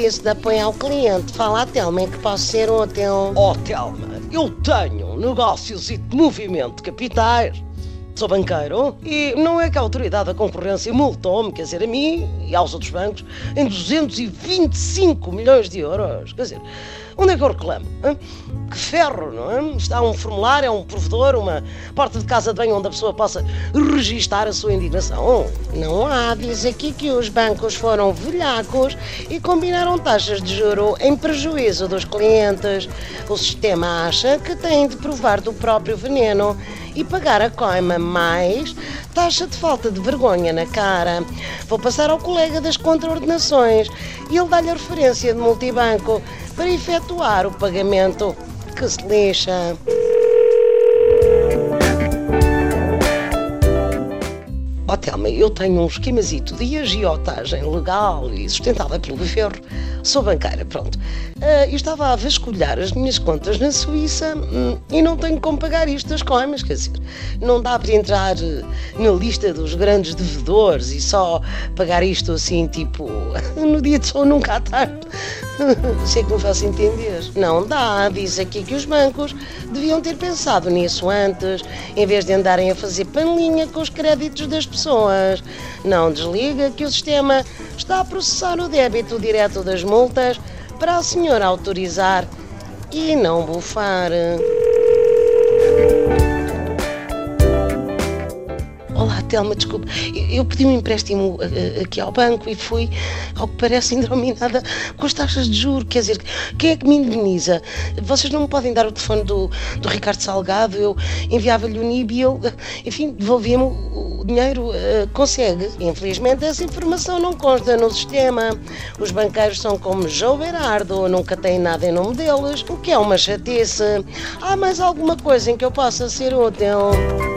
serviço de apoio ao cliente. Fala a Telma, em que posso ser útil? Oh, Telma, eu tenho negócios e de movimento de capitais. Sou banqueiro e não é que a autoridade da concorrência multou-me, quer dizer, a mim e aos outros bancos, em 225 milhões de euros. Quer dizer, onde é que eu reclamo? Hein? Que ferro, não é? Está um formulário, é um provedor, uma porta de casa de banho onde a pessoa possa registar a sua indignação. Não há, diz aqui que os bancos foram velhacos e combinaram taxas de juro em prejuízo dos clientes. O sistema acha que têm de provar do próprio veneno e pagar a coima mais taxa de falta de vergonha na cara. Vou passar ao colega das contraordenações e ele dá-lhe a referência de multibanco para efetuar o pagamento. Que se lixa. Ó Telma, eu tenho um esquemazito de agiotagem legal e sustentada pelo governo. Sou banqueira, pronto. Eu estava a vasculhar as minhas contas na Suíça e não tenho como pagar isto das coimas, quer dizer, não dá para entrar na lista dos grandes devedores e só pagar isto assim, tipo, no dia de sol nunca à tarde. Sei que me faço entender. Não dá, diz aqui que os bancos deviam ter pensado nisso antes, em vez de andarem a fazer panelinha com os créditos das pessoas. Não desliga que o sistema está a processar o débito direto das multas para a senhora autorizar e não bufar. Olá, Telma, desculpe. Eu pedi um empréstimo aqui ao banco e fui, ao que parece, indominada com as taxas de juros. Quer dizer, quem é que me indemniza? Vocês não me podem dar o telefone do Ricardo Salgado? Eu enviava-lhe o NIB e ele, enfim, devolvia-me o dinheiro. Consegue? Infelizmente, essa informação não consta no sistema. Os banqueiros são como João Berardo, nunca têm nada em nome deles, o que é uma chatice. Há mais alguma coisa em que eu possa ser útil?